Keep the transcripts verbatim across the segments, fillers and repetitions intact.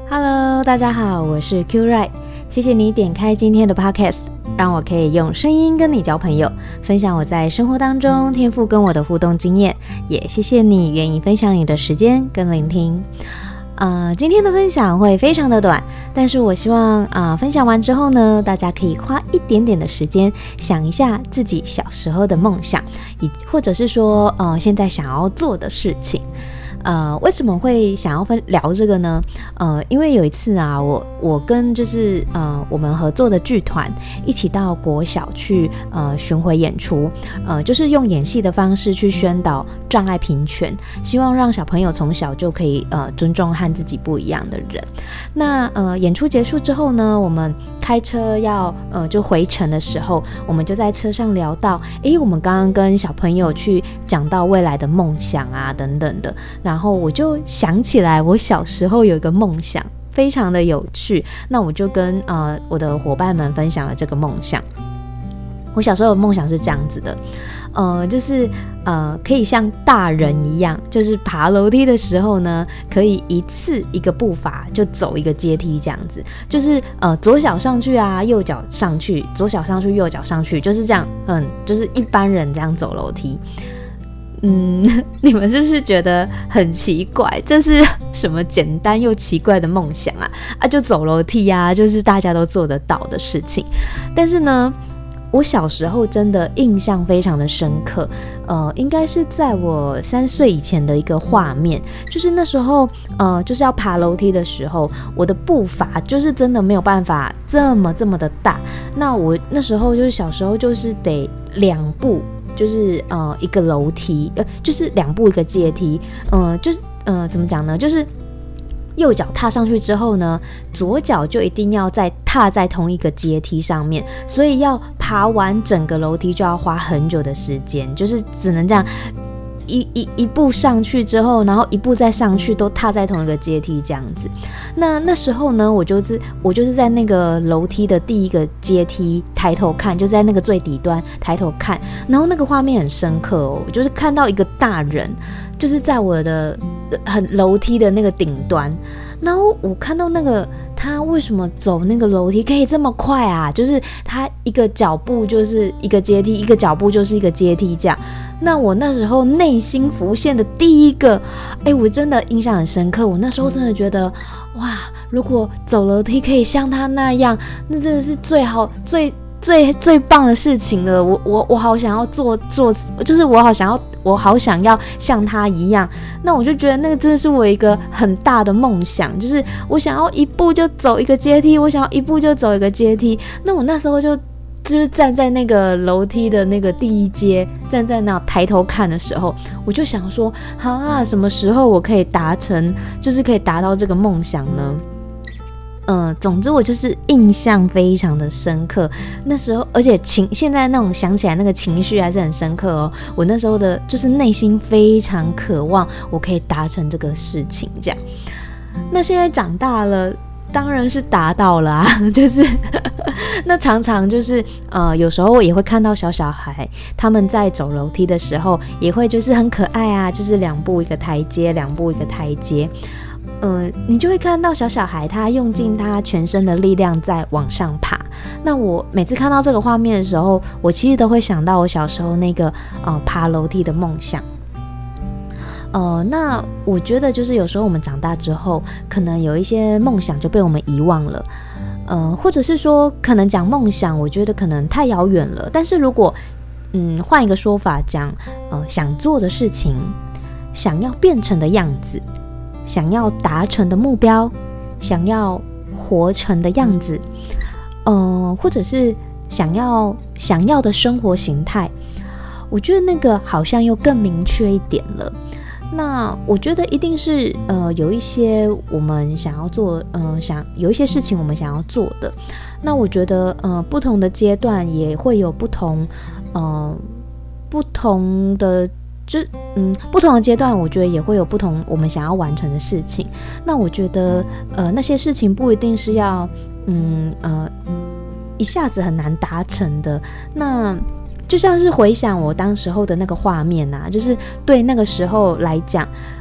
Hello， 大家好，我是 Q Right， 谢谢你点开今天的 Podcast， 让我可以用声音跟你交朋友，分享我在生活当中天父跟我的互动经验，也谢谢你愿意分享你的时间跟聆听。呃，今天的分享会非常的短，但是我希望啊、呃，分享完之后呢，大家可以花一点点的时间想一下自己小时候的梦想，以或者是说呃现在想要做的事情。呃，为什么会想要分聊这个呢？呃，因为有一次啊，我我跟就是呃我们合作的剧团一起到国小去呃巡回演出，呃，就是用演戏的方式去宣导障碍平权，希望让小朋友从小就可以呃尊重和自己不一样的人。那呃演出结束之后呢，我们开车要呃就回程的时候，我们就在车上聊到，诶，我们刚刚跟小朋友去讲到未来的梦想啊等等的。然后我就想起来我小时候有一个梦想非常的有趣，那我就跟呃我的伙伴们分享了这个梦想。我小时候的梦想是这样子的，呃，就是呃可以像大人一样，就是爬楼梯的时候呢，可以一次一个步伐就走一个阶梯这样子，就是呃左脚上去啊，右脚上去，左脚上去，右脚上去，就是这样，嗯，就是一般人这样走楼梯。嗯，你们是不是觉得很奇怪？这是什么简单又奇怪的梦想啊？啊，就走楼梯啊，就是大家都做得到的事情。但是呢，我小时候真的印象非常的深刻，呃，应该是在我三岁以前的一个画面，就是那时候，呃，就是要爬楼梯的时候，我的步伐就是真的没有办法这么这么的大。那我那时候就是小时候就是得两步。就是呃一个楼梯，呃就是两步一个阶梯，呃就是呃怎么讲呢？就是右脚踏上去之后呢，左脚就一定要再踏在同一个阶梯上面，所以要爬完整个楼梯就要花很久的时间，就是只能这样。一, 一, 一步上去之后，然后一步再上去，都踏在同一个阶梯这样子。那那时候呢，我就是我就是在那个楼梯的第一个阶梯抬头看，就在那个最底端抬头看，然后那个画面很深刻哦，我就是看到一个大人，就是在我的很楼梯的那个顶端，然后我看到那个他为什么走那个楼梯可以这么快啊？就是他一个脚步就是一个阶梯，一个脚步就是一个阶梯这样。那我那时候内心浮现的第一个，哎，我真的印象很深刻。我那时候真的觉得，哇，如果走楼梯可以像他那样，那真的是最好、最最最棒的事情了。我我我好想要做做，就是我好想要，我好想要像他一样。那我就觉得那个真的是我一个很大的梦想，就是我想要一步就走一个阶梯，我想要一步就走一个阶梯。那我那时候就。就是站在那个楼梯的那个第一阶，站在那抬头看的时候，我就想说，啊，什么时候我可以达成，就是可以达到这个梦想呢？嗯，总之我就是印象非常的深刻。那时候，而且情现在那种想起来那个情绪还是很深刻哦。我那时候的就是内心非常渴望，我可以达成这个事情，这样。那现在长大了。当然是达到了啊，就是那常常就是呃，有时候也会看到小小孩他们在走楼梯的时候，也会就是很可爱啊，就是两步一个台阶，两步一个台阶，呃，你就会看到小小孩他用尽他全身的力量在往上爬。那我每次看到这个画面的时候，我其实都会想到我小时候那个呃爬楼梯的梦想。呃，那我觉得就是有时候我们长大之后，可能有一些梦想就被我们遗忘了，呃，或者是说可能讲梦想，我觉得可能太遥远了。但是如果嗯换一个说法讲，呃，想做的事情，想要变成的样子，想要达成的目标，想要活成的样子，呃，或者是想要想要的生活形态，我觉得那个好像又更明确一点了。那我觉得一定是呃有一些我们想要做，呃想有一些事情我们想要做的。那我觉得呃不同的阶段也会有不同呃不同的就嗯不同的阶段，我觉得也会有不同我们想要完成的事情。那我觉得呃那些事情不一定是要嗯呃一下子很难达成的。那就像是回想我当时候的那个画面啊，就是对那个时候来讲，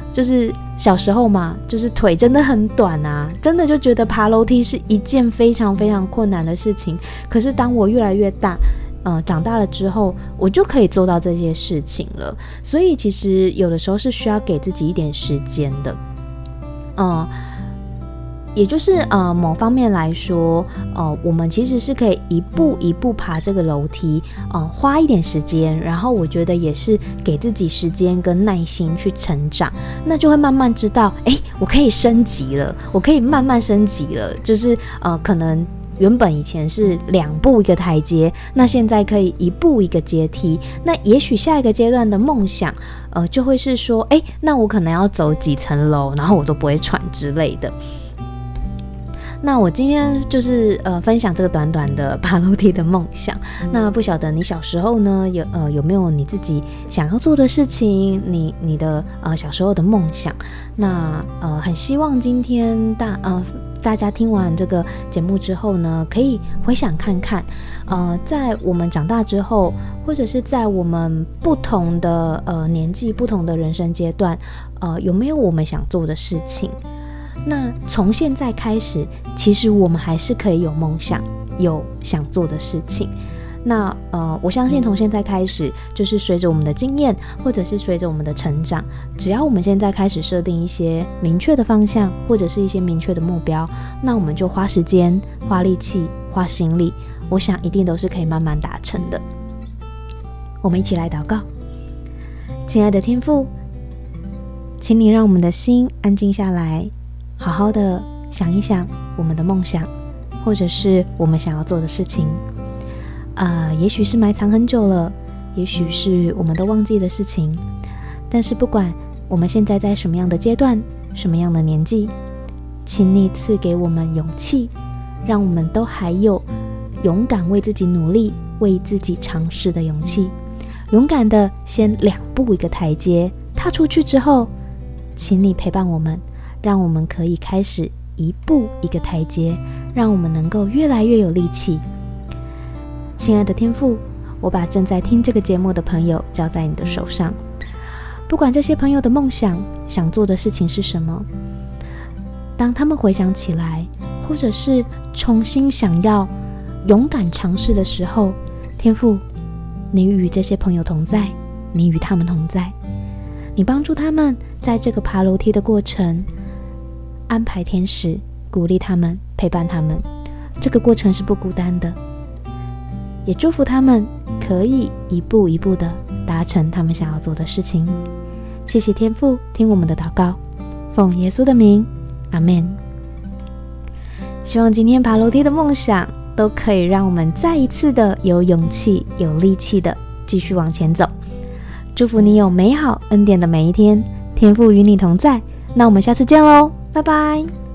就是小时候嘛，就是腿真的很短啊，真的就觉得爬楼梯是一件非常非常困难的事情。可是当我越来越大，呃，长大了之后，我就可以做到这些事情了。所以其实有的时候是需要给自己一点时间的，嗯、呃。也就是呃某方面来说，呃我们其实是可以一步一步爬这个楼梯，呃花一点时间，然后我觉得也是给自己时间跟耐心去成长，那就会慢慢知道，哎，我可以升级了，我可以慢慢升级了，就是呃可能原本以前是两步一个台阶，那现在可以一步一个阶梯，那也许下一个阶段的梦想，呃就会是说，哎，那我可能要走几层楼，然后我都不会喘之类的。那我今天就是呃分享这个短短的爬楼梯的梦想。那不晓得你小时候呢有呃有没有你自己想要做的事情，你你的呃小时候的梦想？那呃很希望今天大呃大家听完这个节目之后呢，可以回想看看，呃在我们长大之后，或者是在我们不同的呃年纪、不同的人生阶段，呃有没有我们想做的事情？那从现在开始，其实我们还是可以有梦想，有想做的事情。那呃，我相信从现在开始，就是随着我们的经验，或者是随着我们的成长，只要我们现在开始设定一些明确的方向，或者是一些明确的目标，那我们就花时间、花力气、花心力，我想一定都是可以慢慢达成的。我们一起来祷告。亲爱的天父，请你让我们的心安静下来，好好的想一想我们的梦想，或者是我们想要做的事情。呃，也许是埋藏很久了，也许是我们都忘记的事情，但是不管我们现在在什么样的阶段，什么样的年纪，请你赐给我们勇气，让我们都还有勇敢为自己努力，为自己尝试的勇气。勇敢的先两步一个台阶踏出去之后，请你陪伴我们，让我们可以开始一步一个台阶，让我们能够越来越有力气。亲爱的天父，我把正在听这个节目的朋友交在你的手上，不管这些朋友的梦想、想做的事情是什么，当他们回想起来，或者是重新想要勇敢尝试的时候，天父，你与这些朋友同在，你与他们同在，你帮助他们在这个爬楼梯的过程，安排天使鼓励他们，陪伴他们，这个过程是不孤单的，也祝福他们可以一步一步的达成他们想要做的事情。谢谢天父听我们的祷告，奉耶稣的名，阿们。希望今天爬楼梯的梦想都可以让我们再一次的有勇气、有力气的继续往前走。祝福你有美好恩典的每一天，天父与你同在。那我们下次见喽，拜拜。